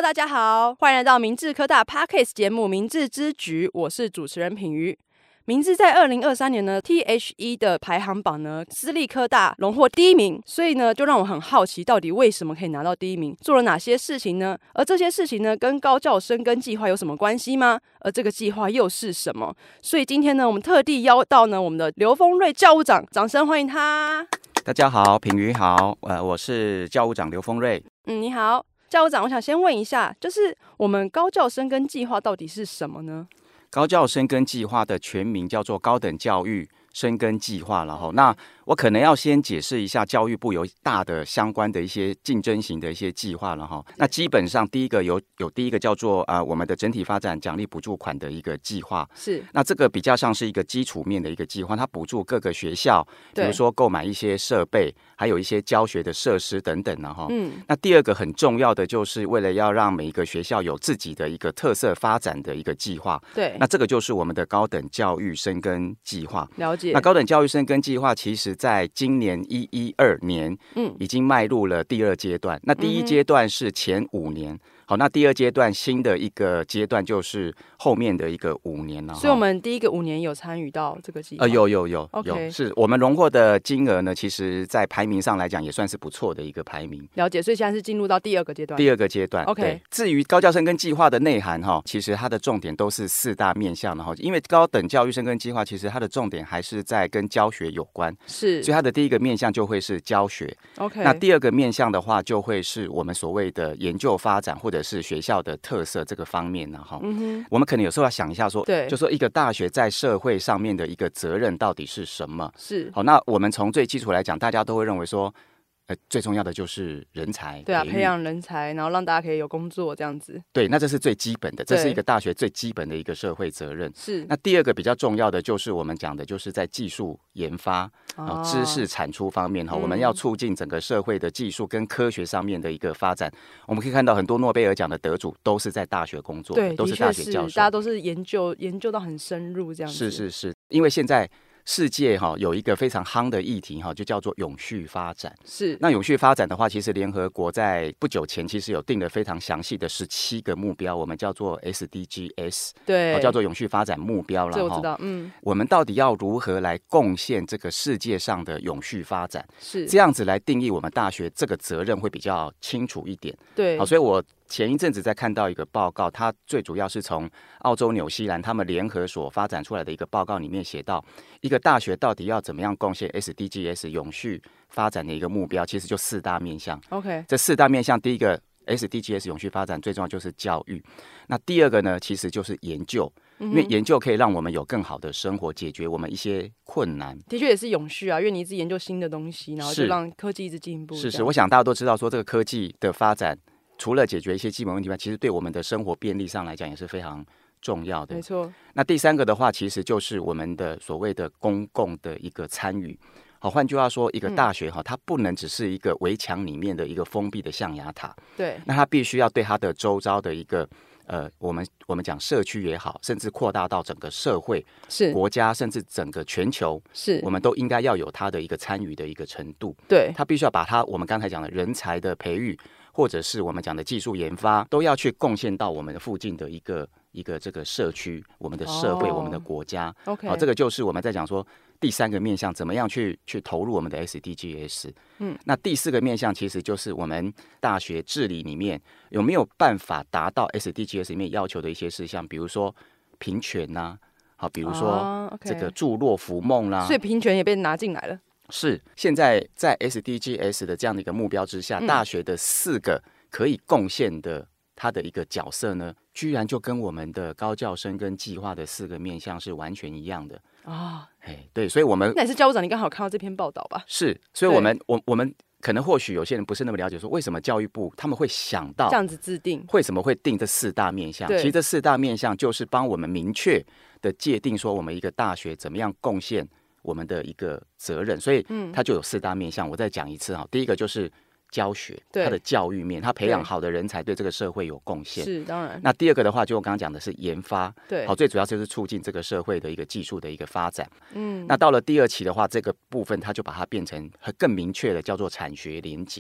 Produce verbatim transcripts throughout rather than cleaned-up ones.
大家好，欢迎来到明志科大 Podcast 节目《明志之举》，我是主持人品瑜。明志在二零二三年呢 T H E 的排行榜呢，私立科大荣获第一名，所以呢，就让我很好奇，到底为什么可以拿到第一名，做了哪些事情呢？而这些事情呢，跟高教深耕计划有什么关系吗？而这个计划又是什么？所以今天呢，我们特地邀到呢我们的刘丰瑞教务长，掌声欢迎他。 大家好，品瑜好，呃，我是教务长刘丰瑞。 嗯，你好，教务长，我想先问一下，就是我们高教深耕计划到底是什么呢？ 高教深耕计划的全名叫做高等教育深耕计划，然后那我可能要先解释一下教育部有大的相关的一些竞争型的一些计划了哈。那基本上第一个有有第一个叫做呃我们的整体发展奖励补助款的一个计划， 是那这个比较像是一个基础面的一个计划，它补助各个学校，比如说购买一些设备，还有一些教学的设施等等呢哈。嗯，那第二个很重要的就是为了要让每一个学校有自己的一个特色发展的一个计划， 对， 那这个就是我们的高等教育深耕计划。 了解。 那高等教育深耕计划其实在今年一一二年，嗯，已经迈入了第二阶段。那第一阶段是前五年。嗯，好，那第二阶段新的一个阶段就是后面的一个五年了。 所以我们第一个五年有参与到这个计划？ 呃，有有有 okay. 有，是我们荣获的金额呢，其实在排名上来讲也算是不错的一个排名。 了解，所以现在是进入到第二个阶段。 第二个阶段 ，OK。 至于高教深耕计划的内涵哈，其实它的重点都是四大面向的哈，因为高等教育深耕计划其实它的重点还是在跟教学有关， 是， 所以它的第一个面向就会是教学。 OK。 那第二个面向的话，就会是我们所谓的研究发展或者是学校的特色这个方面呢，哈，嗯，我们可能有时候要想一下说， 对， 就说一个大学在社会上面的一个责任到底是什么？ 是， 好，那我们从最基础来讲，大家都会认为说，呃，最重要的就是人才， 对啊，培养人才，然后让大家可以有工作这样子。 对，那这是最基本的，这是一个大学最基本的一个社会责任。 是， 那第二个比较重要的就是我们讲的，就是在技术研发、哦、知识产出方面哈、嗯，我们要促进整个社会的技术跟科学上面的一个发展。我们可以看到很多诺贝尔奖的得主都是在大学工作的， 对， 都是大学教授， 大家都是研究研究到很深入这样子。 是是是，因为现在世界哈有一个非常夯的议题哈，就叫做永续发展。 是， 那永续发展的话，其实联合国在不久前其实有定了非常详细的十七个目标，我们叫做 S D G S， 对， 叫做永续发展目标了。 这我知道，嗯， 我们到底要如何来贡献这个世界上的永续发展？ 是这样子来定义我们大学这个责任会比较清楚一点。 对， 好，所以我前一阵子在看到一个报告，它最主要是从澳洲、纽西兰他们联合所发展出来的一个报告里面写到，一个大学到底要怎么样贡献 S D G S 永续发展的一个目标，其实就四大面向。 OK， 这四大面向，第一个 S D G S 永续发展最重要就是教育，那第二个呢，其实就是研究。因为研究可以让我们有更好的生活，解决我们一些困难。 的确也是永续啊，因为你一直研究新的东西，然后就让科技一直进步。 是是，我想大家都知道说，这个科技的发展除了解决一些基本问题外，其实对我们的生活便利上来讲也是非常重要的。 没错。 那第三个的话，其实就是我们的所谓的公共的一个参与。好，换句话说，一个大学哈、嗯，它不能只是一个围墙里面的一个封闭的象牙塔。 对。 那它必须要对它的周遭的一个呃，我们我们讲社区也好，甚至扩大到整个社会、 是国家，甚至整个全球， 是我们都应该要有它的一个参与的一个程度。 对， 它必须要把它我们刚才讲的人才的培育，或者是我们讲的技术研发，都要去贡献到我们的附近的一个一个这个社区、我们的社会、哦、我们的国家。 OK， 好，这个就是我们在讲说第三个面向，怎么样去去投入我们的 S D G S。嗯，那第四个面向其实就是我们大学治理里面有没有办法达到 S D G S 里面要求的一些事项，比如说平权呐、啊，好，比如说这个助弱扶梦啦、啊， 所以平权也被拿进来了。 是，现在在 S D G S 的这样的一个目标之下，嗯、大学的四个可以贡献的它的一个角色呢，居然就跟我们的高教深耕计划的四个面向是完全一样的啊！哎，对，所以我们那也是教务长，你刚好看到这篇报道吧？ 是，所以我们我我们可能或许有些人不是那么了解，说为什么教育部他们会想到这样子制定， 为什么会定这四大面向？其实这四大面向就是帮我们明确的界定说，我们一个大学怎么样贡献我们的一个责任，所以它就有四大面向。我再讲一次哈，第一个就是教学，它的教育面，它培养好的人才对这个社会有贡献。 是当然。 那第二个的话，就我刚刚讲的是研发， 对， 好，最主要就是促进这个社会的一个技术的一个发展。嗯，那到了第二期的话，这个部分它就把它变成更明确的叫做产学连结。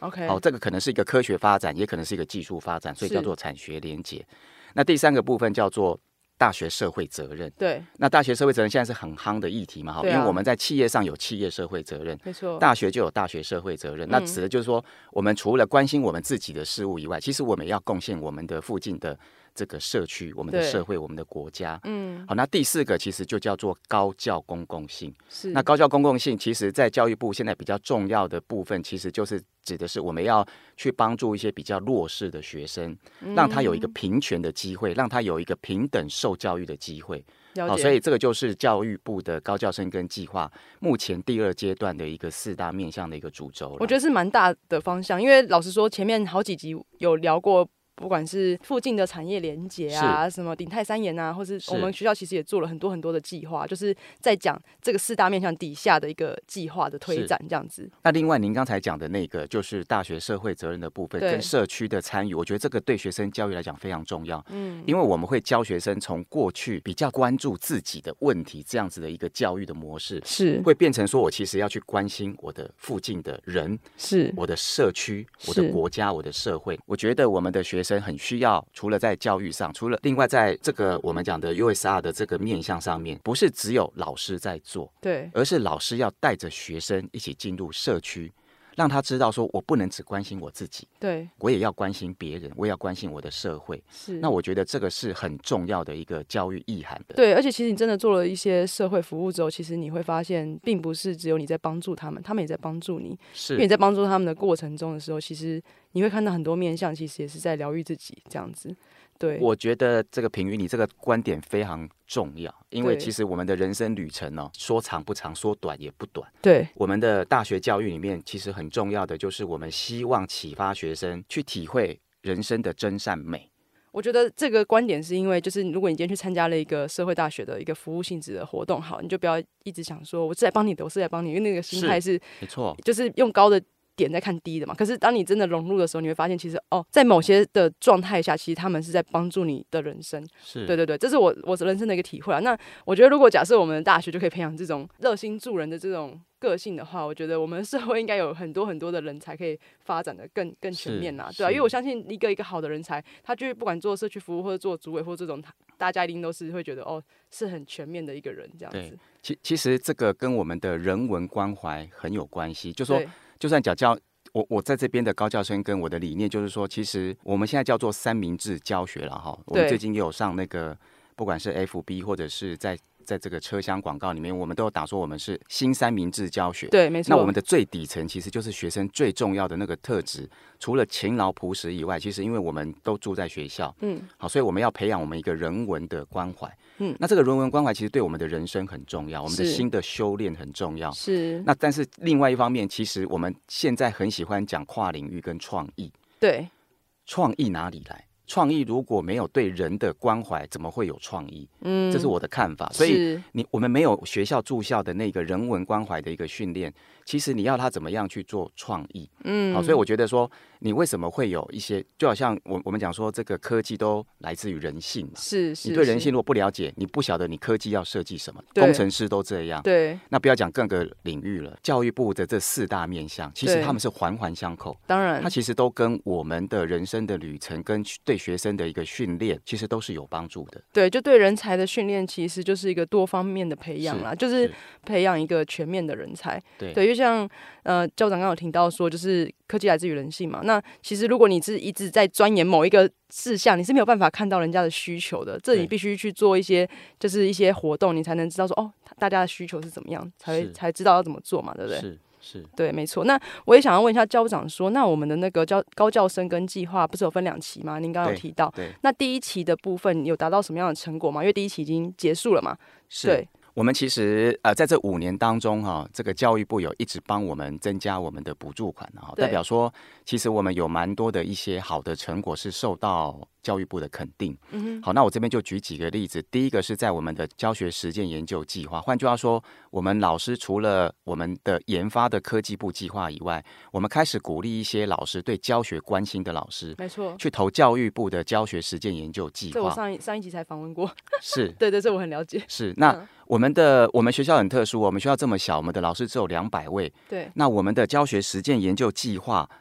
OK， 好，这个可能是一个科学发展，也可能是一个技术发展，所以叫做产学连结。那第三个部分叫做大学社会责任。 对， 那大学社会责任现在是很夯的议题嘛，哈、啊，因为我们在企业上有企业社会责任， 没错， 大学就有大学社会责任。那指的就是说，我们除了关心我们自己的事物以外，其实我们要贡献我们的附近的这个社区、我们的社会、我们的国家。嗯，好，那第四个其实就叫做高教公共性。 是， 那高教公共性，其实在教育部现在比较重要的部分，其实就是指的是我们要去帮助一些比较弱势的学生，让他有一个平权的机会，让他有一个平等受教育的机会。好，所以这个就是教育部的高教深耕计划目前第二阶段的一个四大面向的一个主轴。 我觉得是蛮大的方向，因为老实说，前面好几集有聊过。不管是附近的产业连结啊，什么鼎泰三研啊，或是我们学校其实也做了很多很多的计划，就是在讲这个四大面向底下的一个计划的推展这样子。 那另外您刚才讲的那个就是大学社会责任的部分跟社区的参与，我觉得这个对学生教育来讲非常重要。嗯，因为我们会教学生从过去比较关注自己的问题这样子的一个教育的模式， 是会变成说我其实要去关心我的附近的人， 是我的社区、我的国家、我的社会。我觉得我们的学生很需要，除了在教育上，除了另外在这个我们讲的 U S R 的这个面向上面，不是只有老师在做， 对， 而是老师要带着学生一起进入社区，让他知道说我不能只关心我自己， 对， 我也要关心别人，我也要关心我的社会。 是， 那我觉得这个是很重要的一个教育意涵的。 对，而且其实你真的做了一些社会服务之后，其实你会发现，并不是只有你在帮助他们，他们也在帮助你。 是， 因为你在帮助他们的过程中的时候，其实你会看到很多面向，其实也是在疗愈自己这样子。对， 我觉得这个评语你这个观点非常重要，因为其实我们的人生旅程呢、哦，说长不长，说短也不短。 对， 我们的大学教育里面，其实很重要的就是我们希望启发学生去体会人生的真善美。 我觉得这个观点是因为，就是如果你今天去参加了一个社会大学的一个服务性质的活动，好，你就不要一直想说我是来帮你的，我是来帮你，因为那个心态是没错， 就是用高的点在看低的嘛。可是当你真的融入的时候，你会发现其实哦，在某些的状态下，其实他们是在帮助你的人生。 是， 对对对，这是我我人生的一个体会啊。那我觉得，如果假设我们的大学就可以培养这种热心助人的这种个性的话，我觉得我们社会应该有很多很多的人才可以发展的更更全面啦，对啊，因为我相信一个一个好的人才，他就是不管做社区服务或者做主委或这种，大家一定都是会觉得哦，是很全面的一个人这样子。 其其实这个跟我们的人文关怀很有关系，就说就算讲教。我我在这边的高教生跟我的理念就是说，其实我们现在叫做三明治教学了哈。我们最近也有上那个，不管是 F B 或者是在在这个车厢广告里面，我们都有打说我们是新三明治教学。 对，没错。 那我们的最底层其实就是学生最重要的那个特质，除了勤劳朴实以外，其实因为我们都住在学校，嗯，好，所以我们要培养我们一个人文的关怀。嗯，那这个人文关怀其实对我们的人生很重要，我们的心的修炼很重要。 是。 那但是另外一方面，其实我们现在很喜欢讲跨领域跟创意。 对。 创意哪里来？创意如果没有对人的关怀，怎么会有创意？嗯，这是我的看法。所以你我们没有学校住校的那个人文关怀的一个训练，其实你要他怎么样去做创意？嗯，好，所以我觉得说，你为什么会有一些，就好像我我们讲说，这个科技都来自于人性嘛。 是是。 你对人性如果不了解，你不晓得你科技要设计什么，工程师都这样。 对。 那不要讲各个领域了，教育部的这四大面向，其实他们是环环相扣。 当然， 它其实都跟我们的人生的旅程跟对学生的一个训练，其实都是有帮助的。 对，就对人才的训练，其实就是一个多方面的培养啦，是就是培养一个全面的人才。 对， 对，就像呃，校长刚刚有听到说，就是科技来自于人性嘛。那其实如果你是一直在钻研某一个事项，你是没有办法看到人家的需求的。这你必须去做一些，就是一些活动，你才能知道说，哦，大家的需求是怎么样，才会才知道要怎么做嘛，对不对？ 是。是对，没错。那我也想要问一下校长说，那我们的那个教高教深耕计划不是有分两期吗？您刚刚有提到， 对， 那第一期的部分有达到什么样的成果吗？因为第一期已经结束了嘛。 是。 对， 我们其实呃在这五年当中哈、哦，这个教育部有一直帮我们增加我们的补助款哈，代表说其实我们有蛮多的一些好的成果是受到教育部的肯定。嗯好，那我这边就举几个例子。第一个是在我们的教学实践研究计划，换句话说，我们老师除了我们的研发的科技部计划以外，我们开始鼓励一些老师对教学关心的老师， 没错， 去投教育部的教学实践研究计划。 这我上一上一集才访问过。 是， 对对，这我很了解。 是，那、嗯、我们的我们学校很特殊，我们学校这么小，我们的老师只有两百位。 对， 那我们的教学实践研究计划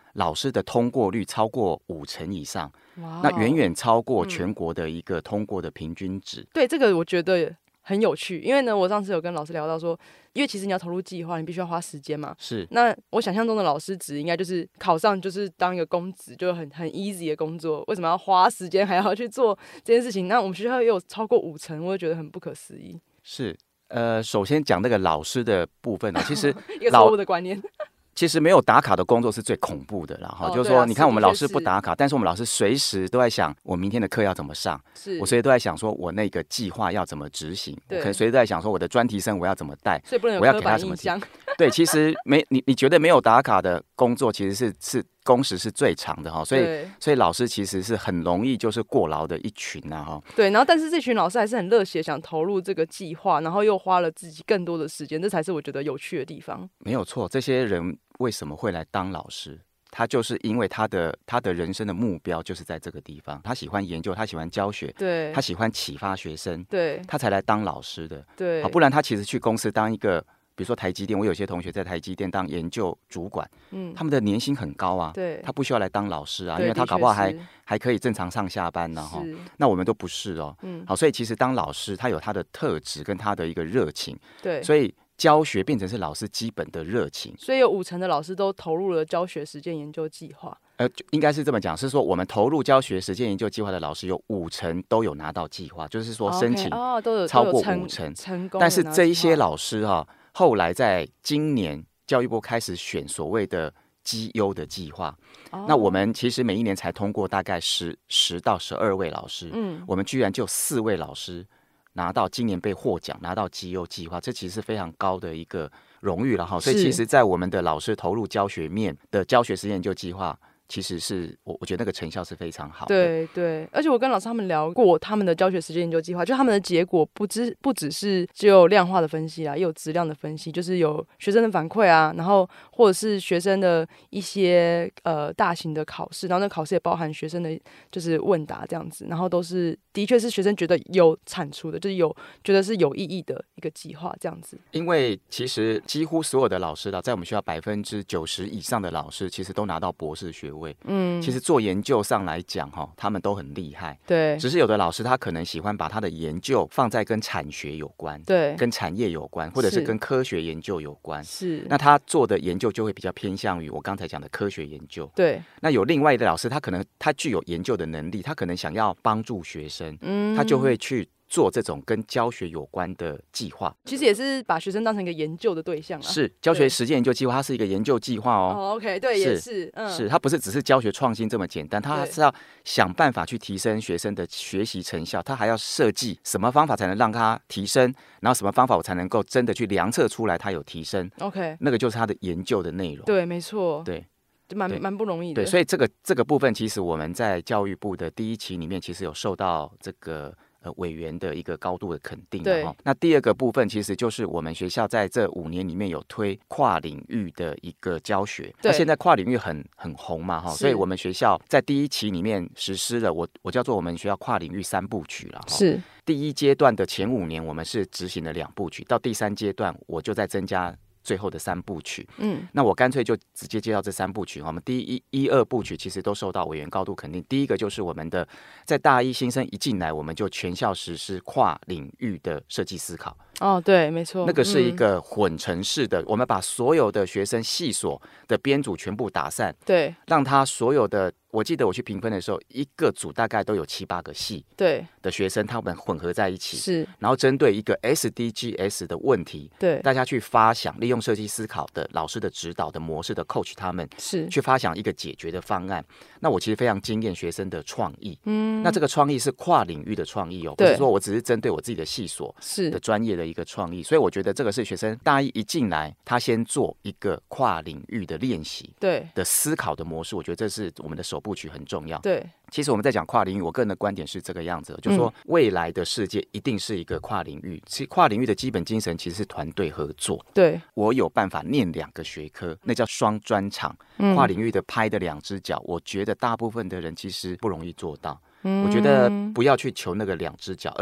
老师的通过率超过五成以上，那远远超过全国的一个通过的平均值。 嗯、对，这个我觉得很有趣，因为呢，我上次有跟老师聊到说，因为其实你要投入计划，你必须要花时间嘛。 是。 那我想象中的老师职应该就是考上就是当一个公职，就很很 easy 的工作，为什么要花时间还要去做这件事情？那我们学校也有超过五成，我就觉得很不可思议。 是。呃，首先讲那个老师的部分呢，其实一个错误的观念。 其实没有打卡的工作是最恐怖的啦，哈、哦，就是说，你看我们老师不打卡，但是我们老师随时都在想，我明天的课要怎么上，我随时都在想说，我那个计划要怎么执行，我可能随时都在想说，我的专题生我要怎么带， 所以不能有我要给他什么题。对，其实没你你觉得没有打卡的工作，其实是是工时是最长的哈，所以所以老师其实是很容易就是过劳的一群呐、啊、哈。 对，然后但是这群老师还是很热血，想投入这个计划，然后又花了自己更多的时间，这才是我觉得有趣的地方。 没有错，这些人为什么会来当老师？他就是因为他的他的人生的目标就是在这个地方，他喜欢研究，他喜欢教学， 对， 他喜欢启发学生， 对， 他才来当老师的。 对， 好，不然他其实去公司当一个，比如说台积电，我有些同学在台积电当研究主管，嗯，他们的年薪很高啊， 对， 他不需要来当老师啊，因为他搞不好还还可以正常上下班呢、啊、哈。那我们都不是哦，嗯，好，所以其实当老师他有他的特质跟他的一个热情， 对， 所以教学变成是老师基本的热情， 所以有五成的老师都投入了教学实践研究计划。 呃，应该是这么讲，是说我们投入教学实践研究计划的老师有五成都有拿到计划，就是说申请超过五成， 成功。 但是这一些老师哈、啊，后来在今年教育部开始选所谓的绩优的计划，哦、那我们其实每一年才通过大概十十到十二位老师，嗯，我们居然就四位老师拿到今年被获奖，拿到绩优计划，这其实是非常高的一个荣誉了哈。所以其实，在我们的老师投入教学面的教学实验研究计划，其实是我我觉得那个成效是非常好的。 对对，而且我跟老师他们聊过他们的教学实践研究计划，就他们的结果不只不只是只有量化的分析啦，也有质量的分析，就是有学生的反馈啊，然后或者是学生的一些呃大型的考试，然后那考试也包含学生的就是问答这样子，然后都是的确是学生觉得有产出的，就是有觉得是有意义的一个计划这样子。 因为其实几乎所有的老师啦，在我们学校百分之九十以上的老师，其实都拿到博士学位。嗯，其实做研究上来讲哈，他们都很厉害。 对， 只是有的老师他可能喜欢把他的研究放在跟产学有关， 对， 跟产业有关，或者是跟科学研究有关。 是， 那他做的研究就会比较偏向于我刚才讲的科学研究。 对， 那有另外的老师，他可能他具有研究的能力，他可能想要帮助学生，嗯，他就会去做这种跟教学有关的计划， 其实也是把学生当成一个研究的对象啊。 是教学实践研究计划，它是一个研究计划哦。 哦 OK， 对，也是， 嗯，是它不是只是教学创新这么简单，它是要想办法去提升学生的学习成效，它还要设计什么方法才能让它提升，然后什么方法我才能够真的去量测出来它有提升。 OK， 那个就是它的研究的内容。 对，没错， 对。 蛮蛮不容易的。 对，所以这个这个部分，其实我们在教育部的第一期里面，其实有受到这个呃委员的一个高度的肯定。 对。 那第二个部分，其实就是我们学校在这五年里面有推跨领域的一个教学。那现在跨领域很很红嘛，哈，所以我们学校在第一期里面实施了我我叫做我们学校跨领域三部曲了。 是。 第一阶段的前五年，我们是执行了两部曲，到第三阶段我就在增加最后的三部曲，嗯，那我干脆就直接介绍这三部曲。我们第一一二部曲其实都受到委员高度肯定。第一个就是我们的在大一新生一进来，我们就全校实施跨领域的设计思考。 哦，对，没错， 那个是一个混成式的，嗯、我们把所有的学生系所的编组全部打散， 对， 让他所有的。我记得我去评分的时候，一个组大概都有七八个系对的学生，他们混合在一起， 是， 然后针对一个 S D G S 的问题， 对， 大家去发想，利用设计思考的老师的指导的模式的 coach 他们是去发想一个解决的方案。那我其实非常惊艳学生的创意，嗯，那这个创意是跨领域的创意哦，不是说我只是针对我自己的系所的专业的一个创意，所以我觉得这个是学生大一一进来，他先做一个跨领域的练习， 对的思考的模式，我觉得这是我们的首部曲很重要。 对， 其实我们在讲跨领域，我个人的观点是这个样子，就是说未来的世界一定是一个跨领域。其实跨领域的基本精神其实是团队合作。 对， 我有办法念两个学科，那叫双专长。跨领域的拍的两只脚，我觉得大部分的人其实不容易做到。我觉得不要去求那个两只脚，而是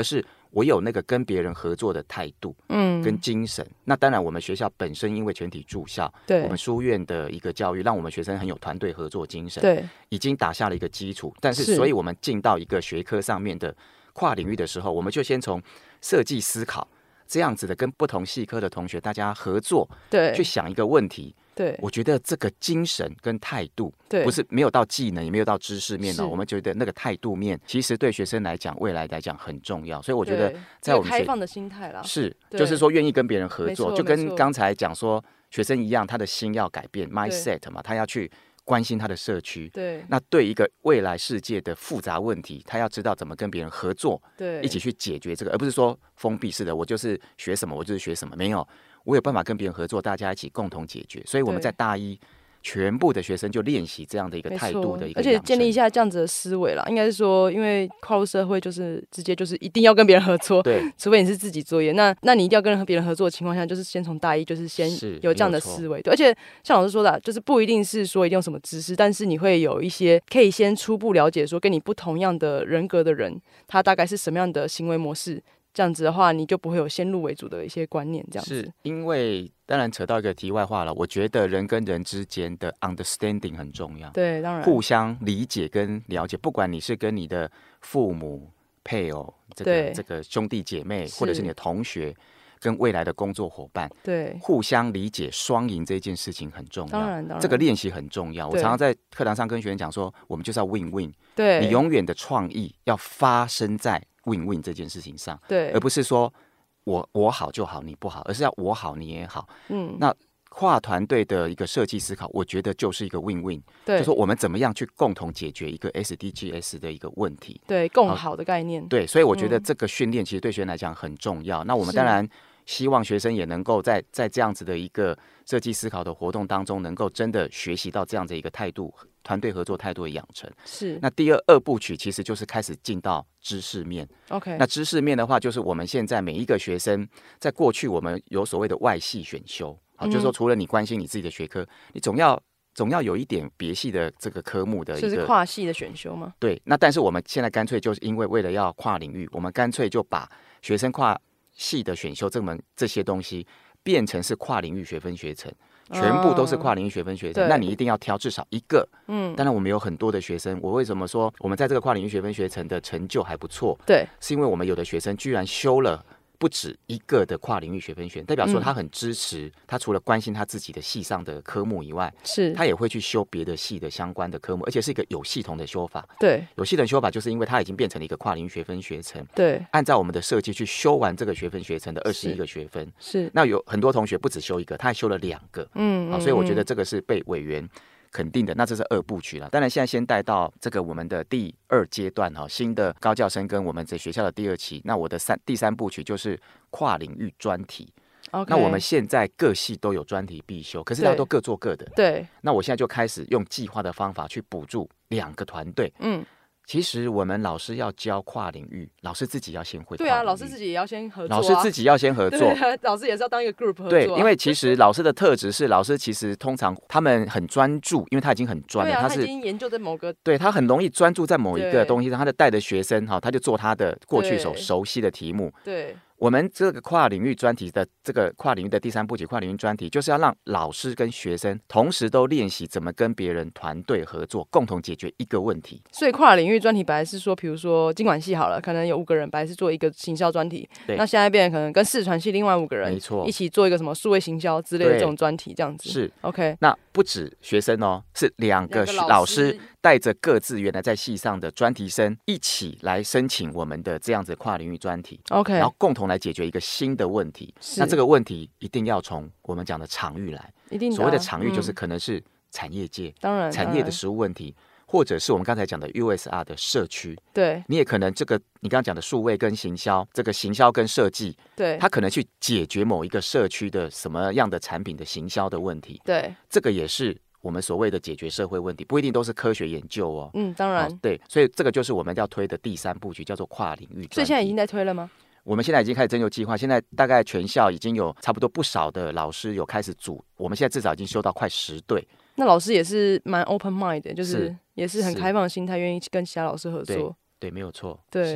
我有那个跟别人合作的态度，嗯，跟精神。那当然，我们学校本身因为全体住校，对，我们书院的一个教育，让我们学生很有团队合作精神，对，已经打下了一个基础。但是，所以我们进到一个学科上面的跨领域的时候，我们就先从设计思考这样子的，跟不同系科的同学大家合作，对，去想一个问题。对，我觉得这个精神跟态度，对，不是没有到技能，也没有到知识面哦。我们觉得那个态度面，其实对学生来讲，未来来讲很重要。所以我觉得，在我们开放的心态啦， 是，就是说愿意跟别人合作，就跟刚才讲说学生一样，他的心要改变 mindset 嘛，他要去关心他的社区。对，那对一个未来世界的复杂问题，他要知道怎么跟别人合作，对，一起去解决这个，而不是说封闭式的，我就是学什么，我就是学什么，没有。我有办法跟别人合作，大家一起共同解决。所以我们在大一全部的学生就练习这样的一个态度的一个， 而且建立一下这样子的思维啦。应该是说，因为跨入社会就是直接就是一定要跟别人合作，对，除非你是自己作业。那那你一定要跟别人合作的情况下，就是先从大一就是先有这样的思维。对，而且像老师说的，就是不一定是说一定有什么知识，但是你会有一些可以先初步了解说跟你不同样的人格的人，他大概是什么样的行为模式。这样子的话，你就不会有先入为主的一些观念。这样子，是因为当然扯到一个题外话了。我觉得人跟人之间的 understanding 很重要， 对，当然互相理解跟了解。不管你是跟你的父母、配偶、这个这个兄弟姐妹，或者是你的同学，跟未来的工作伙伴，对，互相理解双赢这件事情很重要。当然，当然，这个练习很重要。我常常在课堂上跟学生讲说，我们就是要 win win。对，你永远的创意要发生在win win 这件事情上，对，而不是说我我好就好，你不好，而是要我好你也好。嗯，那跨团队的一个设计思考，我觉得就是一个 win win， 对，就说我们怎么样去共同解决一个 S D G S 的一个问题， 对，共好的概念， 对，所以我觉得这个训练其实对学生来讲很重要。嗯、那我们当然希望学生也能够在在这样子的一个设计思考的活动当中，能够真的学习到这样的一个态度。团队合作态度的养成是。那第二二部曲其实就是开始进到知识面。OK， 那知识面的话，就是我们现在每一个学生，在过去我们有所谓的外系选修，啊、嗯，就是说除了你关心你自己的学科，你总要总要有一点别系的这个科目的一个， 就是跨系的选修吗？ 对。那但是我们现在干脆就是因为为了要跨领域，我们干脆就把学生跨系的选修这门这些东西变成是跨领域学分学程。全部都是跨领域学分学程，那你一定要挑至少一个。嗯，当然我们有很多的学生，我为什么说我们在这个跨领域学分学程的成就还不错？对，是因为我们有的学生居然修了不止一个的跨领域学分学，代表说他很支持、嗯、他除了关心他自己的系上的科目以外，是他也会去修别的系的相关的科目，而且是一个有系统的修法。对，有系统的修法就是因为他已经变成了一个跨领域学分学程。对，按照我们的设计去修完这个学分学程的二十一个学分。是，是那有很多同学不只修一个，他还修了两个。嗯，啊，所以我觉得这个是被委员肯定的。那这是二部曲了。当然现在先带到这个我们的第二阶段哈，新的高教生跟我们在学校的第二期。那我的三第三部曲就是跨领域专题。Okay. 那我们现在各系都有专题必修，可是大家都各做各的。对。那我现在就开始用计划的方法去补助两个团队。嗯。其实我们老师要教跨领域，老师自己要先会跨领域。对啊， 老师自己也要先合作、啊。 老师自己要先合作。 对，老师也是要当一个 group 合作、啊。 对，因为其实老师的特质是，老师其实通常他们很专注，因为他已经很专了， 啊、 他是他已经研究在某个， 对他很容易专注在某一个东西上，他的带的学生哈，他就做他的过去所熟悉的题目。对。我们这个跨领域专题的这个跨领域的第三部曲跨领域专题，就是要让老师跟学生同时都练习怎么跟别人团队合作，共同解决一个问题。 所以跨领域专题本来是说，比如说经管系好了，可能有五个人，本来是做一个行销专题，那现在变成可能跟视传系另外五个人，没错，一起做一个什么数位行销之类的这种专题，这样子是 OK。 那不止学生哦，是两个老师带着各自原来在系上的专题生一起来申请我们的这样子跨领域专题 OK， 然后共同来解决一个新的问题。那这个问题一定要从我们讲的场域来，一定所谓的场域就是可能是产业界，当然产业的实务问题，或者是我们刚才讲的 U S R 的社区。对，你也可能这个你刚刚讲的数位跟行销，这个行销跟设计，对，它可能去解决某一个社区的什么样的产品的行销的问题。对，这个也是我们所谓的解决社会问题，不一定都是科学研究哦。嗯，当然，对，所以这个就是我们要推的第三部曲，叫做跨领域专题。 所以现在已经在推了吗？ 我们现在已经开始征求计划，现在大概全校已经有差不多不少的老师有开始组，我们现在至少已经修到快十队。 那老师也是蛮 open mind 的，就是也是很开放的心态，愿意跟其他老师合作。 对，对，没有错。 对。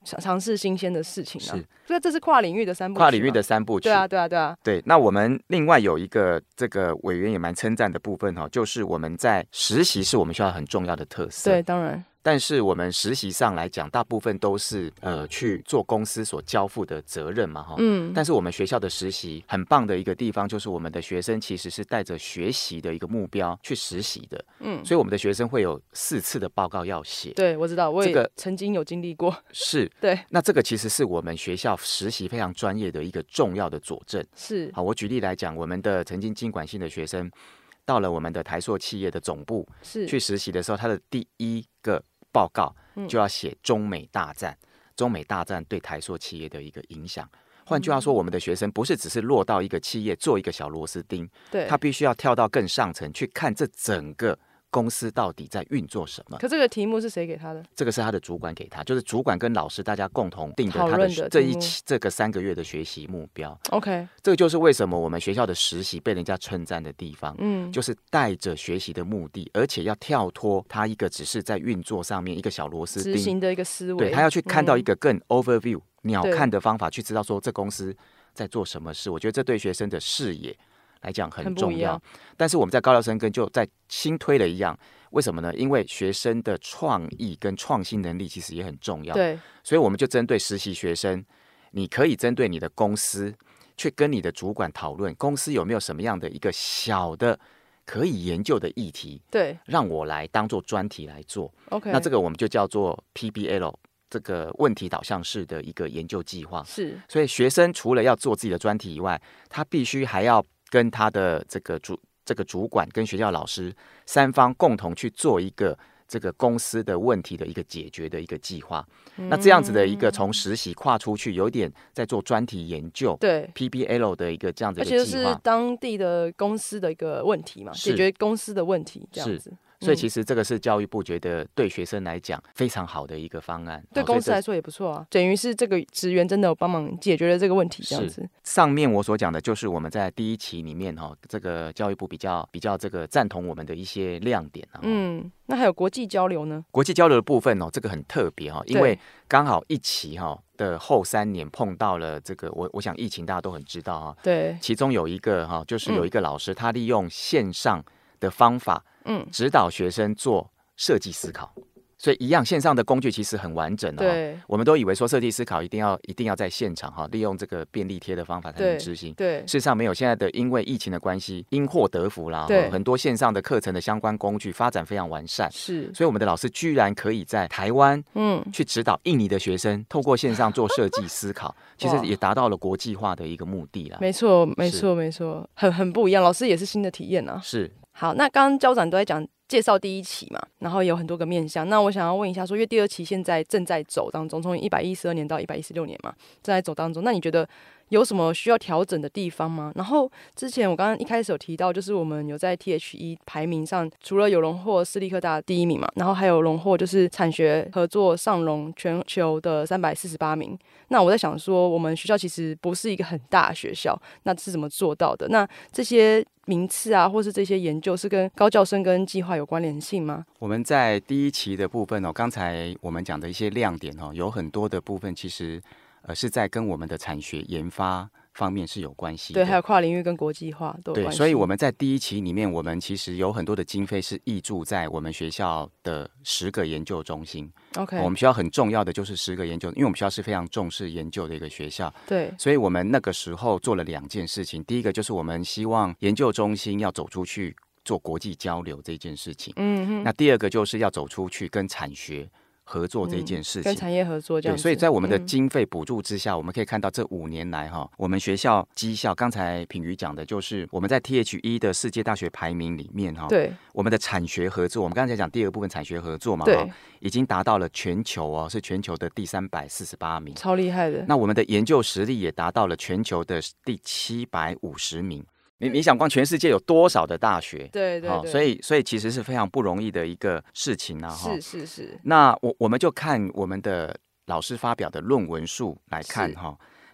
尝试新鲜的事情啊。 是， 所以这是跨领域的三部曲。 跨领域的三部曲。 对啊，对啊，对啊。 对，那我们另外有一个这个委员也蛮称赞的部分哈，就是我们在实习是我们学校很重要的特色。 对，当然。 但是我们实习上来讲，大部分都是呃去做公司所交付的责任嘛哈。嗯。但是我们学校的实习很棒的一个地方，就是我们的学生其实是带着学习的一个目标去实习的。嗯。所以我们的学生会有四次的报告要写。 对，我知道，我也曾经有经历过。 是。 对。 那这个其实是我们学校实习非常专业的一个重要的佐证。 是。 好，我举例来讲，我们的曾经经管系的学生到了我们的台塑企业的总部是去实习的时候，他的第一个报告就要写中美大战，嗯、中美大战对台塑企业的一个影响。换句话说，我们的学生不是只是落到一个企业做一个小螺丝钉，对，他必须要跳到更上层去看这整个公司到底在运作什么。 可这个题目是谁给他的？ 这个是他的主管给他，就是主管跟老师大家共同定的他的这一期这个三个月的学习目标。 OK， 这个就是为什么我们学校的实习被人家称赞的地方，嗯，就是带着学习的目的，而且要跳脱他一个只是在运作上面一个小螺丝钉执行的一个思维， 对，他要去看到一个更 overview、嗯、鸟瞰的方法，去知道说这公司在做什么事。我觉得这对学生的视野来讲很重要。但是我们在高校生根就在新推了一样。为什么呢？因为学生的创意跟创新能力其实也很重要， 对， 所以我们就针对实习学生，你可以针对你的公司去跟你的主管讨论，公司有没有什么样的一个小的可以研究的议题， 对， 让我来当做专题来做。 OK， 那这个我们就叫做 P B L， 这个问题导向式的一个研究计划。 是， 所以学生除了要做自己的专题以外，他必须还要跟他的这个主这个主管跟学校老师三方共同去做一个这个公司的问题的一个解决的一个计划。嗯、那这样子的一个从实习跨出去，有点在做专题研究， 对 P B L 的一个这样子的一个计划，而且是当地的公司的一个问题嘛，解决公司的问题这样子。 所以其实这个是教育部觉得对学生来讲非常好的一个方案， 对公司来说也不错啊，等于是这个职员真的有帮忙解决了这个问题，这样子。 上面我所讲的就是我们在第一期里面哈，这个教育部比较比较这个赞同我们的一些亮点啊。 嗯，那还有国际交流呢？ 国际交流的部分哦，这个很特别哈，因为刚好一期哈的后三年碰到了这个，我我想疫情大家都很知道哈。 对， 其中有一个哈，就是有一个老师，嗯、他利用线上的方法。嗯，指导学生做设计思考，所以一样线上的工具其实很完整的、哦。对，我们都以为说设计思考一定要一定要在现场哈、哦，利用这个便利贴的方法才能执行。 对， 事实上没有。现在的因为疫情的关系，因祸得福啦，对、哦，很多线上的课程的相关工具发展非常完善。 是， 所以我们的老师居然可以在台湾，嗯，去指导印尼的学生，透过线上做设计思考，其实也达到了国际化的一个目的啦。 没错，没错，没错，很很不一样。老师也是新的体验啊。 是。 好，那刚刚校长都在讲介绍第一期嘛，然后有很多个面向。那我想要问一下说，因为第二期现在正在走当中，从一百一十二年到一百一十六年嘛，正在走当中。那你觉得有什么需要调整的地方吗？然后之前我刚刚一开始有提到，就是我们有在 T H E 排名上，除了有荣获私立科大第一名嘛，然后还有荣获就是产学合作上荣全球的三百四十八名。那我在想说，我们学校其实不是一个很大的学校，那是怎么做到的？那这些名次啊，或是这些研究是跟高教生跟计划有关联性吗？ 我们在第一期的部分哦，刚才我们讲的一些亮点哦，有很多的部分其实呃是在跟我们的产学研发方面是有关系的。 对，还有跨领域跟国际化都有关系。 对，所以我们在第一期里面，我们其实有很多的经费是挹注在我们学校的十个研究中心。 OK， 我们学校很重要的就是十个研究，因为我们学校是非常重视研究的一个学校。 对， 所以我们那个时候做了两件事情。第一个就是我们希望研究中心要走出去做国际交流这件事情。嗯哼。那第二个就是要走出去跟产学合作这件事情、嗯、 跟产业合作这样子。 对，所以在我们的经费补助之下、嗯、我们可以看到这五年来哈，我们学校绩效，刚才品瑜讲的就是我们在 T H E 的世界大学排名里面哈， 对， 我们的产学合作，我们刚才讲第二部分产学合作嘛， 对， 已经达到了全球哦，是全球的第三百四十八名， 超厉害的。 那我们的研究实力也达到了全球的第七百五十名。你你想光全世界有多少的大学？ 对对对、哦， 所以所以其实是非常不容易的一个事情啊！ 是是是。 那我我们就看我们的老师发表的论文数来看哈，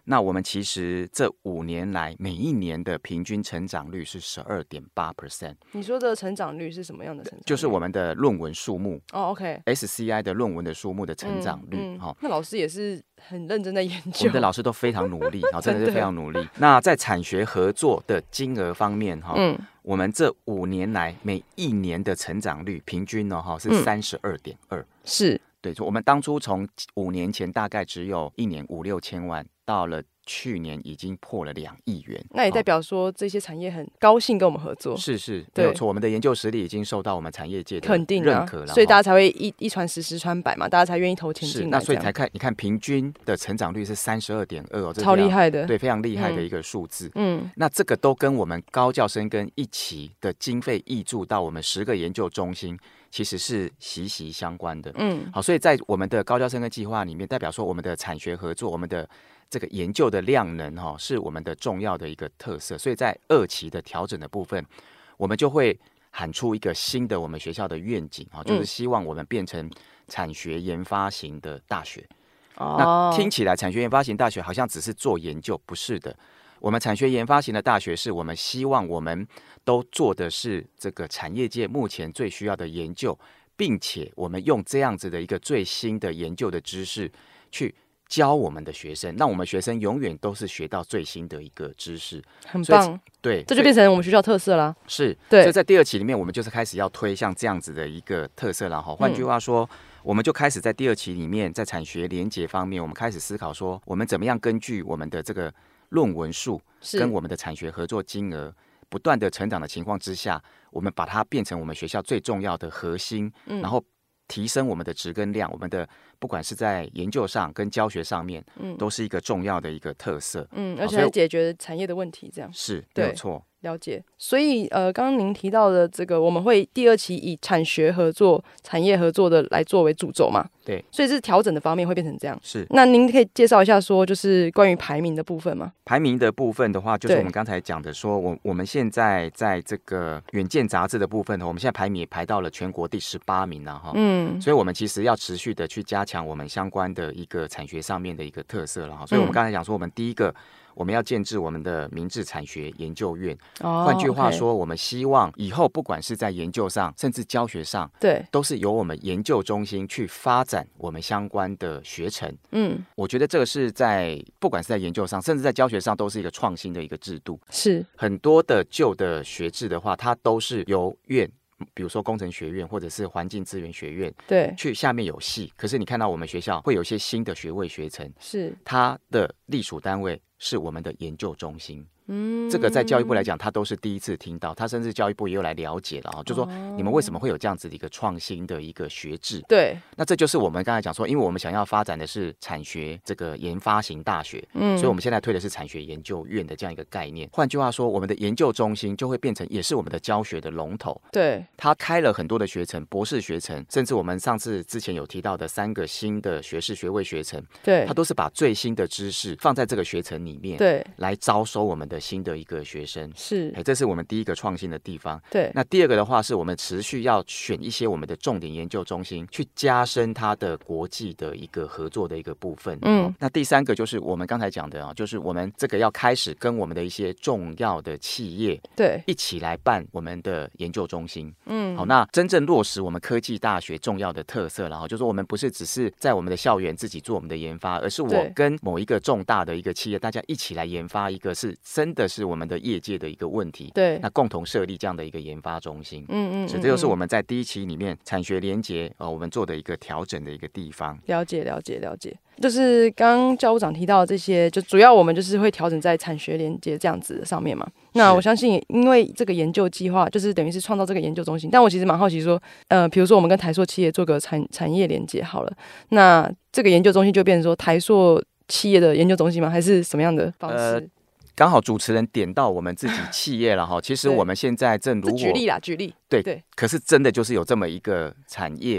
那我们其实这五年来每一年的平均成长率是 百分之十二点八。 你说的成长率是什么样的成长率？ 就是我们的论文数目哦 ，OK， S C I 的论文的数目的成长率。 嗯嗯哦、 那老师也是很认真在研究， 我们的老师都非常努力，哦、真的是非常努力。那在产学合作的金额方面，哈、哦嗯，我们这五年来每一年的成长率平均呢，哈、哦、是 百分之三十二点二。 是。 对，我们当初从五年前大概只有一年五六千万，到了去年已经破了两亿元。 那也代表说这些产业很高兴跟我们合作。 是是，没有错。我们的研究实力已经受到我们产业界的肯定认可了， 啊，所以大家才会一一传十，十传百嘛，大家才愿意投钱进来。 那所以才看，你看平均的成长率是三十二点二哦， 超厉害的， 对，非常厉害的一个数字。 嗯， 那这个都跟我们高教生跟一起的经费挹注到我们十个研究中心。其实是息息相关的，嗯，好，所以在我们的高教生跟计划里面，代表说我们的产学合作，我们的这个研究的量能哈、哦，是我们的重要的一个特色。所以在二期的调整的部分，我们就会喊出一个新的我们学校的愿景啊、哦，就是希望我们变成产学研发型的大学。哦、那听起来产学研发型大学好像只是做研究，不是的。我们产学研发型的大学是我们希望我们都做的是这个产业界目前最需要的研究，并且我们用这样子的一个最新的研究的知识去教我们的学生，让我们学生永远都是学到最新的一个知识， 很棒。 对， 这就变成我们学校特色啦。 是， 对。 所以在第二期里面，我们就是开始要推像这样子的一个特色了哈。换句话说，嗯、我们就开始在第二期里面，在产学连结方面，我们开始思考说，我们怎么样根据我们的这个论文数跟我们的产学合作金额不断的成长的情况之下，我们把它变成我们学校最重要的核心，嗯、然后提升我们的质跟量，我们的不管是在研究上跟教学上面，嗯、都是一个重要的一个特色。 嗯，而且还解决产业的问题，这样是没有错。 了解，所以呃，刚刚您提到的这个，我们会第二期以产学合作、产业合作的来作为主轴嘛？ 对， 所以是调整的方面会变成这样。 是， 那您可以介绍一下说，就是关于排名的部分吗？ 排名的部分的话，就是我们刚才讲的说，我我们现在在这个远见杂志的部分，我们现在排名也排到了全国第十八名了哈。嗯，所以我们其实要持续的去加强我们相关的一个产学上面的一个特色了哈。所以我们刚才讲说，我们第一个。我们要建制我们的明志产学研究院，换、oh, 句话说， okay. 我们希望以后不管是在研究上，甚至教学上， 对， 都是由我们研究中心去发展我们相关的学程。嗯，我觉得这个是在不管是在研究上，甚至在教学上，都是一个创新的一个制度。 是很多的旧的学制的话，它都是由院。比如说工程学院或者是环境资源学院， 对， 去下面有系，可是你看到我们学校会有一些新的学位学程， 是它的隶属单位是我们的研究中心。嗯，这个在教育部来讲，他都是第一次听到，他甚至教育部也有来了解了啊，就说你们为什么会有这样子的一个创新的一个学制？ 对， 那这就是我们刚才讲说，因为我们想要发展的是产学这个研发型大学，嗯，所以我们现在推的是产学研究院的这样一个概念。换句话说，我们的研究中心就会变成也是我们的教学的龙头。 对， 他开了很多的学程，博士学程，甚至我们上次之前有提到的三个新的学士学位学程， 对， 他都是把最新的知识放在这个学程里面， 对， 来招收我们的新的一个学生。 是， 哎，这是我们第一个创新的地方。 对， 那第二个的话，是我们持续要选一些我们的重点研究中心，去加深它的国际的一个合作的一个部分。嗯，哦、那第三个就是我们刚才讲的啊，就是我们这个要开始跟我们的一些重要的企业， 对， 一起来办我们的研究中心。嗯，好，那真正落实我们科技大学重要的特色，然后就是说我们不是只是在我们的校园自己做我们的研发，而是我跟某一个重大的一个企业，大家一起来研发一个是真的是我们的业界的一个问题， 对， 那共同设立这样的一个研发中心。嗯嗯，所以这就是我们在第一期里面产学连结呃我们做的一个调整的一个地方。 了解了解了解，就是刚刚教务长提到的这些，就主要我们就是会调整在产学连结这样子的上面嘛。那我相信，因为这个研究计划就是等于是创造这个研究中心，但我其实蛮好奇说，呃，比如说我们跟台塑企业做个产产业连结好了，那这个研究中心就变成说台塑企业的研究中心吗？还是什么样的方式？呃刚好主持人点到我们自己企业了哈，其实我们现在正如我举例啦，举例， 对对，可是真的就是有这么一个产业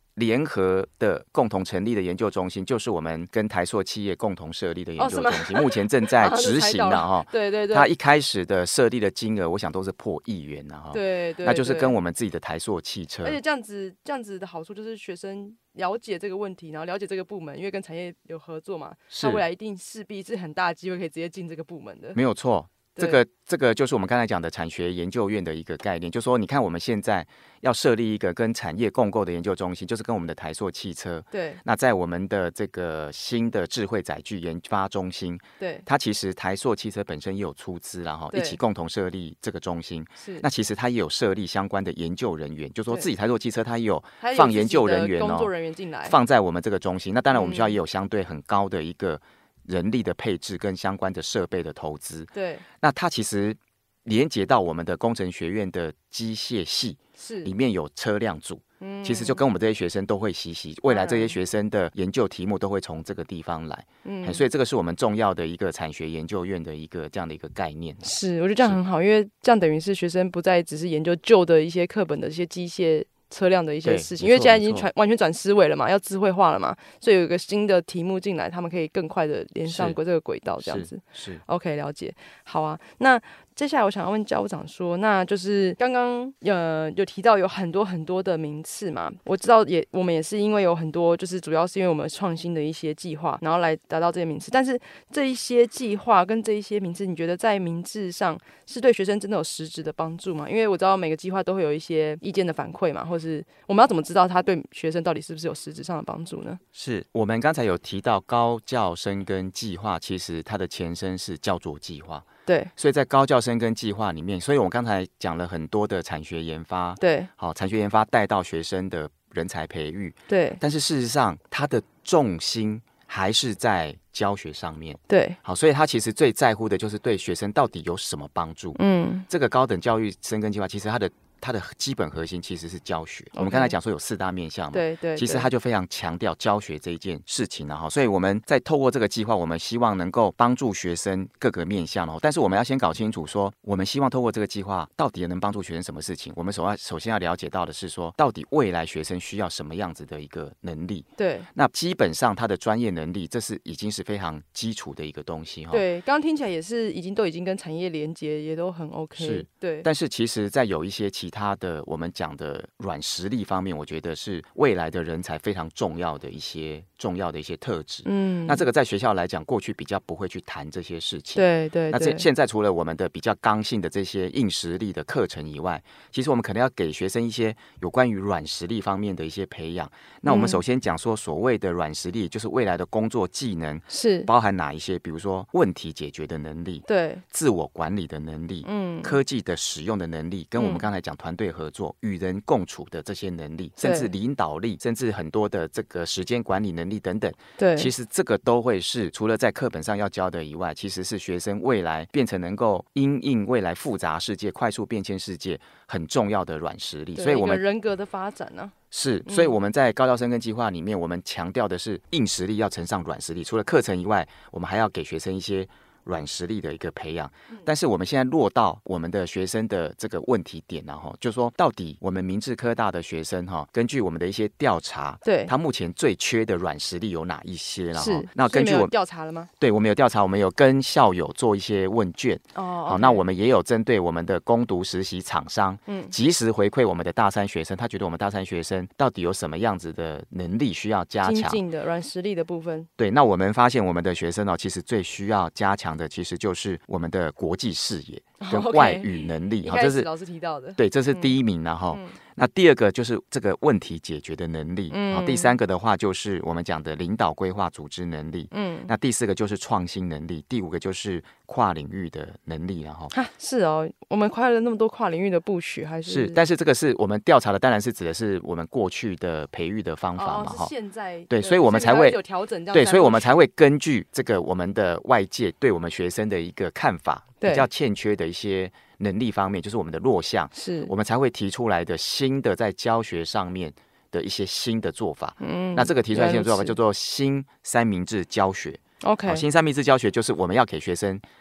联合的共同成立的研究中心，就是我们跟台塑企业共同设立的研究中心，哦、目前正在执行的哈。 对对对， 它一开始的设立的金额，我想都是破亿元的哈。 对 对, 对， 那就是跟我们自己的台塑汽车， 而且这样子这样子的好处就是学生了解这个问题，然后了解这个部门，因为跟产业有合作嘛，他未来一定势必是很大的机会可以直接进这个部门的。 没有错。这个这个就是我们刚才讲的产学研究院的一个概念，就是说你看我们现在要设立一个跟产业共构的研究中心，就是跟我们的台塑汽车， 对， 那在我们的这个新的智慧载具研发中心， 对， 它其实台塑汽车本身也有出资啦，一起共同设立这个中心。 是， 那其实它也有设立相关的研究人员，就是说自己台塑汽车它也有放研究人员、哦、 工作人员进来， 放在我们这个中心。那当然我们学校也有相对很高的一个人力的配置跟相关的设备的投资。 对， 那它其实连接到我们的工程学院的机械系， 是里面有车辆组， 嗯， 其实就跟我们这些学生都会息息，未来这些学生的研究题目都会从这个地方来，嗯，所以这个是我们重要的一个产学研究院的一个这样的一个概念。 是，我觉得这样很好，因为这样等于是学生不再只是研究旧的一些课本的一些机械车辆的一些事情，因为现在已经完全转思维了嘛，要智慧化了嘛，所以有一个新的题目进来，他们可以更快的连上这个轨道，这样子。 是, 是 OK， 了解。好啊，那接下来我想要问教务长说，那就是刚刚呃有提到有很多很多的名次嘛，我知道也我们也是因为有很多，就是主要是因为我们创新的一些计划，然后来达到这些名次。但是这一些计划跟这一些名次，你觉得在名次上是对学生真的有实质的帮助吗？因为我知道每个计划都会有一些意见的反馈嘛，或是我们要怎么知道它对学生到底是不是有实质上的帮助呢？ 是我们刚才有提到高教深耕计划，其实它的前身是教作计划。 对， 所以在高教深耕计划里面，所以我们刚才讲了很多的产学研发， 对， 好，产学研发带到学生的人才培育， 对， 但是事实上它的重心还是在教学上面， 对， 好，所以他其实最在乎的就是对学生到底有什么帮助。嗯，这个高等教育深耕计划其实它的它的基本核心其实是教学。Okay. 我们刚才讲说有四大面向嘛， 对 对, 对， 其实他就非常强调教学这一件事情了哈。所以我们在透过这个计划，我们希望能够帮助学生各个面向哦。但是我们要先搞清楚说，我们希望透过这个计划到底能帮助学生什么事情。我们首要首先要了解到的是说，到底未来学生需要什么样子的一个能力。 对， 那基本上他的专业能力，这是已经是非常基础的一个东西哈。 对，刚刚听起来也是已经都已经跟产业连接，也都很 OK。 是， 对。 但是其实在有一些其他的我们讲的软实力方面，我觉得是未来的人才非常重要的一些重要的一些特质。嗯，那这个在学校来讲，过去比较不会去谈这些事情。 对对对。 那这现在除了我们的比较刚性的这些硬实力的课程以外，其实我们可能要给学生一些有关于软实力方面的一些培养。那我们首先讲说，所谓的软实力，就是未来的工作技能是包含哪一些？比如说问题解决的能力， 对， 自我管理的能力，嗯，科技的使用的能力，跟我们刚才讲团队合作、与人共处的这些能力，甚至领导力，甚至很多的这个时间管理能力等等。 对， 其实这个都会是除了在课本上要教的以外，其实是学生未来变成能够因应未来复杂世界、快速变迁世界很重要的软实力。所以我们人格的发展呢、啊？ 是，所以我们在高教深耕计划里面，我们强调的是硬实力要乘上软实力。除了课程以外，我们还要给学生一些软实力的一个培养。但是我们现在落到我们的学生的这个问题点啊，就是说到底我们明志科大的学生哈，根据我们的一些调查， 对， 他目前最缺的软实力有哪一些？ 是， 那根据我调查了吗？ 对，我们有调查，我们有跟校友做一些问卷。 哦， 好， okay. 那我们也有针对我们的攻读实习厂商，嗯，及时回馈我们的大三学生，他觉得我们大三学生到底有什么样子的能力需要加强？ 精进的软实力的部分。 对，那我们发现我们的学生哦，其实最需要加强的，其实就是我们的国际视野跟外语能力。 好，这是老师提到的。 对，这是第一名然后、嗯嗯、那第二个就是这个问题解决的能力。嗯，好，第三个的话就是我们讲的领导规划组织能力。嗯，那第四个就是创新能力，第五个就是跨领域的能力。然后啊，是哦，我们跨了那么多跨领域的部曲，还是是，但是这个是我们调查的，当然是指的是我们过去的培育的方法嘛。 哦，是现在对，所以我们才会有调整， 对，所以我们才会根据这个我们的外界对我们学生的一个看法，比较欠缺的一些能力方面，就是我们的弱项，是我们才会提出来的新的在教学上面的一些新的做法。嗯，那这个提出来新的做法叫做新三明治教学。 OK， 新三明治教学就是我们要给学生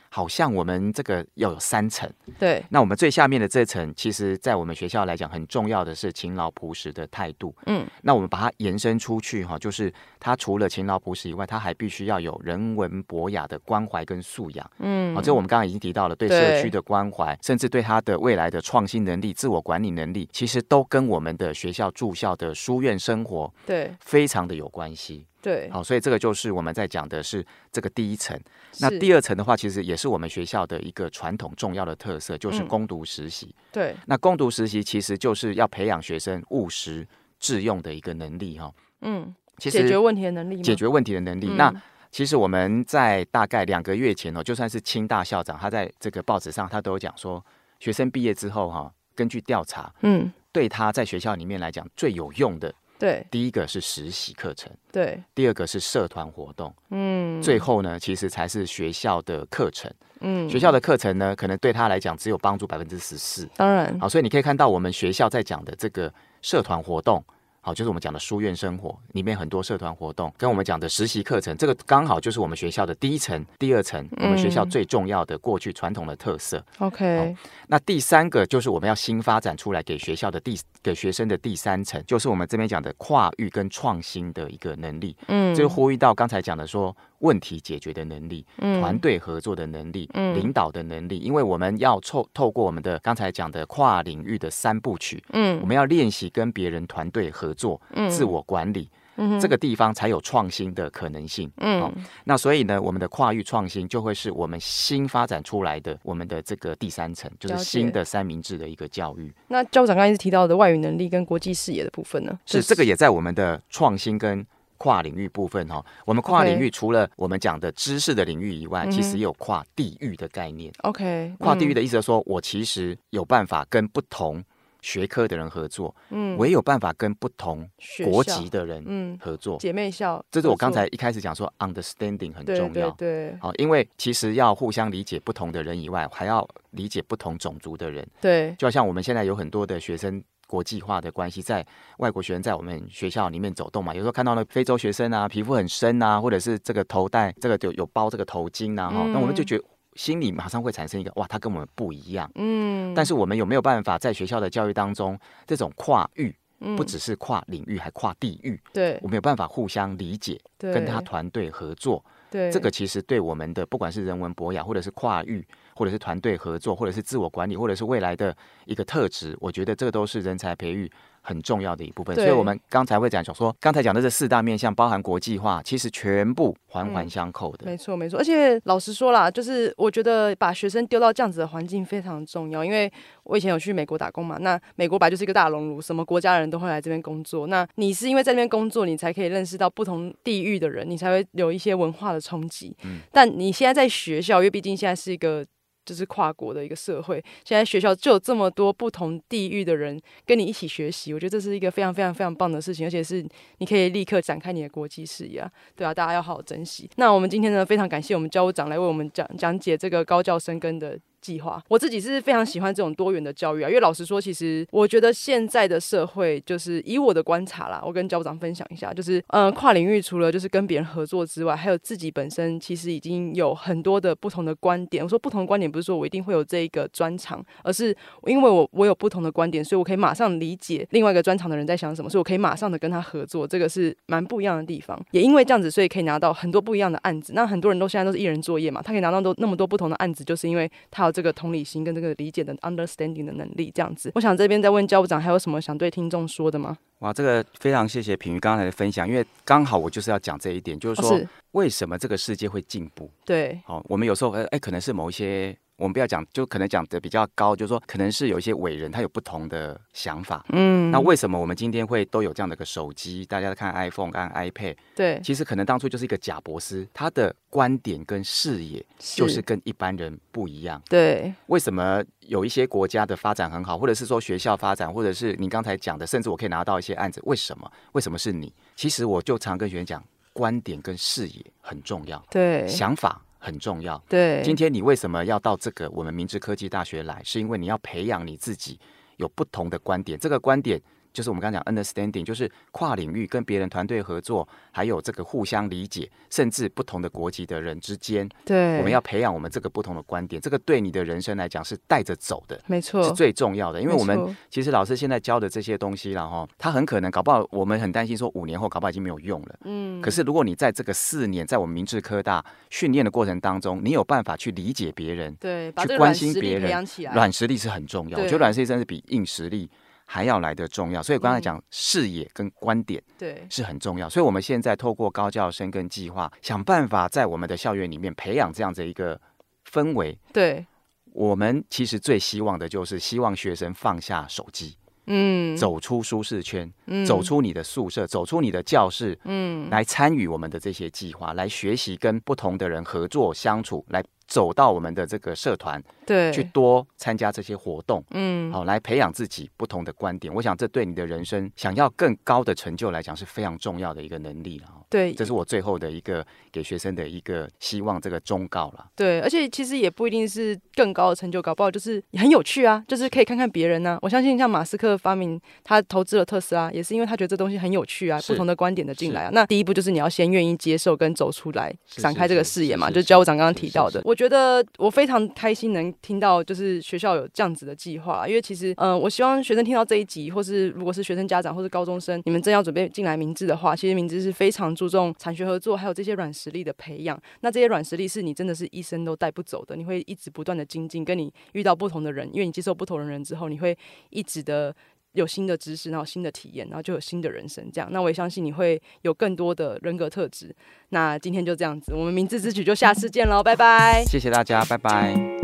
好像我们这个要有三层。 对， 那我们最下面的这层，其实在我们学校来讲，很重要的是勤劳朴实的态度。嗯，那我们把它延伸出去哈，就是它除了勤劳朴实以外，它还必须要有人文博雅的关怀跟素养。嗯，好，这我们刚刚已经提到了，对社区的关怀，甚至对他的未来的创新能力、自我管理能力，其实都跟我们的学校住校的书院生活，对，非常的有关系。对，好，所以这个就是我们在讲的是这个第一层。那第二层的话，其实也是我们学校的一个传统重要的特色，就是攻读实习。嗯、对，那攻读实习其实就是要培养学生务实致用的一个能力哈。嗯，其实解决问题的能力吗？解决问题的能力。嗯、那其实我们在大概两个月前哦，就算是清大校长，他在这个报纸上他都有讲说，学生毕业之后哈，根据调查，嗯，对他在学校里面来讲最有用的。对，第一个是实习课程，对，第二个是社团活动，嗯，最后呢，其实才是学校的课程，嗯，学校的课程呢，可能对他来讲只有帮助百分之十四，当然，好，所以你可以看到我们学校在讲的这个社团活动。好，就是我们讲的书院生活里面很多社团活动，跟我们讲的实习课程，这个刚好就是我们学校的第一层、第二层，我们学校最重要的过去传统的特色。OK， 那第三个就是我们要新发展出来给学校的第给学生的第三层，就是我们这边讲的跨域跟创新的一个能力。嗯，就是呼吁到刚才讲的说问题解决的能力、嗯、团队合作的能力、嗯、领导的能力，因为我们要透透过我们的刚才讲的跨领域的三部曲，嗯，我们要练习跟别人团队合作。合作、自我管理，嗯、这个地方才有创新的可能性。嗯、哦，那所以呢，我们的跨域创新就会是我们新发展出来的我们的这个第三层，就是新的三明治的一个教育。那教务长刚才提到的外语能力跟国际视野的部分呢？是这个也在我们的创新跟跨领域部分哈。我们跨领域除了我们讲的知识的领域以外， okay. 其实也有跨地域的概念。OK， 跨地域的意思就是说，我其实有办法跟不同学科的人合作，嗯，我也有办法跟不同国籍的人合作，嗯、姐妹校，这是我刚才一开始讲说 ，understanding 很重要，对对对，好，因为其实要互相理解不同的人以外，还要理解不同种族的人，对，就好像我们现在有很多的学生国际化的关系，在外国学生在我们学校里面走动嘛，有时候看到那非洲学生啊，皮肤很深啊，或者是这个头戴这个有有包这个头巾啊，哈、嗯，那我们就觉得。心里马上会产生一个哇，他跟我们不一样，嗯，但是我们有没有办法在学校的教育当中，这种跨域，嗯、不只是跨领域，还跨地域，对，我们有办法互相理解，跟他团队合作，对，这个其实对我们的不管是人文博雅，或者是跨域，或者是团队合作，或者是自我管理，或者是未来的一个特质，我觉得这个都是人才培育很重要的一部分。所以我们刚才会讲说，刚才讲的这四大面向，包含国际化，其实全部环环相扣的。嗯、没错，没错。而且老实说啦，就是我觉得把学生丢到这样子的环境非常重要，因为我以前有去美国打工嘛，那美国本来就是一个大熔炉，什么国家的人都会来这边工作。那你是因为在那边工作，你才可以认识到不同地域的人，你才会有一些文化的冲击。嗯、但你现在在学校，因为毕竟现在是一个。就是跨国的一个社会，现在学校就有这么多不同地域的人跟你一起学习，我觉得这是一个非常非常非常棒的事情，而且是你可以立刻展开你的国际视野啊，对啊，大家要好好珍惜。那我们今天呢，非常感谢我们教务长来为我们讲讲解这个高教深耕的计划。我自己是非常喜欢这种多元的教育啊，因为老实说，其实我觉得现在的社会，就是以我的观察啦，我跟教务长分享一下，就是呃，跨领域除了就是跟别人合作之外，还有自己本身其实已经有很多的不同的观点。我说不同的观点，不是说我一定会有这一个专长，而是因为我我有不同的观点，所以我可以马上理解另外一个专长的人在想什么，所以我可以马上的跟他合作，这个是蛮不一样的地方。也因为这样子，所以可以拿到很多不一样的案子。那很多人都现在都是一人作业嘛，他可以拿到都那么多不同的案子，就是因为他有这个同理心跟这个理解的 understanding 的能力，这样子。我想这边再问教务长，还有什么想对听众说的吗？哇，这个非常谢谢品瑜刚才的分享，因为刚好我就是要讲这一点，就是说、哦、是为什么这个世界会进步？对，好、哦，我们有时候哎，可能是某一些。我们不要讲，就可能讲的比较高，就是说可能是有一些伟人他有不同的想法，嗯，那为什么我们今天会都有这样的一个手机？大家看 iPhone 看 iPad， 对，其实可能当初就是一个贾伯斯，他的观点跟视野就是跟一般人不一样，对。为什么有一些国家的发展很好，或者是说学校发展，或者是你刚才讲的，甚至我可以拿到一些案子，为什么？为什么是你？其实我就常跟学员讲，观点跟视野很重要，对，想法。很重要。对，今天你为什么要到这个我们明志科技大学来？是因为你要培养你自己有不同的观点，这个观点就是我们刚刚讲 understanding， 就是跨领域跟别人团队合作，还有这个互相理解，甚至不同的国籍的人之间， 对， 我们要培养我们这个不同的观点，这个对你的人生来讲是带着走的， 没错， 是最重要的。因为我们其实老师现在教的这些东西啦齁，他很可能搞不好我们很担心说五年后搞不好已经没有用了，嗯，可是如果你在这个四年在我们明志科大训练的过程当中，你有办法去理解别人， 对， 去关心别人， 软实力是很重要。我觉得软实力真的是比硬实力还要来得重要。所以刚才讲视野跟观点对是很重要。所以我们现在透过高教生跟计划，想办法在我们的校园里面培养这样子一个氛围。对，我们其实最希望的就是希望学生放下手机。嗯，走出舒适圈，嗯，走出你的宿舍，走出你的教室，嗯，来参与我们的这些计划，来学习跟不同的人合作相处，来走到我们的这个社团，对，去多参加这些活动，嗯，好，来培养自己不同的观点。我想这对你的人生想要更高的成就来讲是非常重要的一个能力了。对，这是我最后的一个给学生的一个希望，这个忠告了。对，而且其实也不一定是更高的成就，搞不好就是很有趣啊，就是可以看看别人啊。我相信像马斯克发明他投资了特斯拉，也是因为他觉得这东西很有趣啊，不同的观点的进来啊。那第一步就是你要先愿意接受跟走出来，展开这个视野嘛，就是教务长刚刚提到的。我觉得我非常开心能听到就是学校有这样子的计划，因为其实嗯、呃，我希望学生听到这一集，或是如果是学生家长或是高中生，你们真要准备进来明志的话，其实明志是非常注重产学合作，还有这些软实力的培养。那这些软实力是你真的是一生都带不走的，你会一直不断的精进，跟你遇到不同的人，因为你接受不同的人之后，你会一直的有新的知识，然后新的体验，然后就有新的人生这样。那我也相信你会有更多的人格特质。那今天就这样子，我们明志之举就下次见喽，拜拜！谢谢大家，拜拜。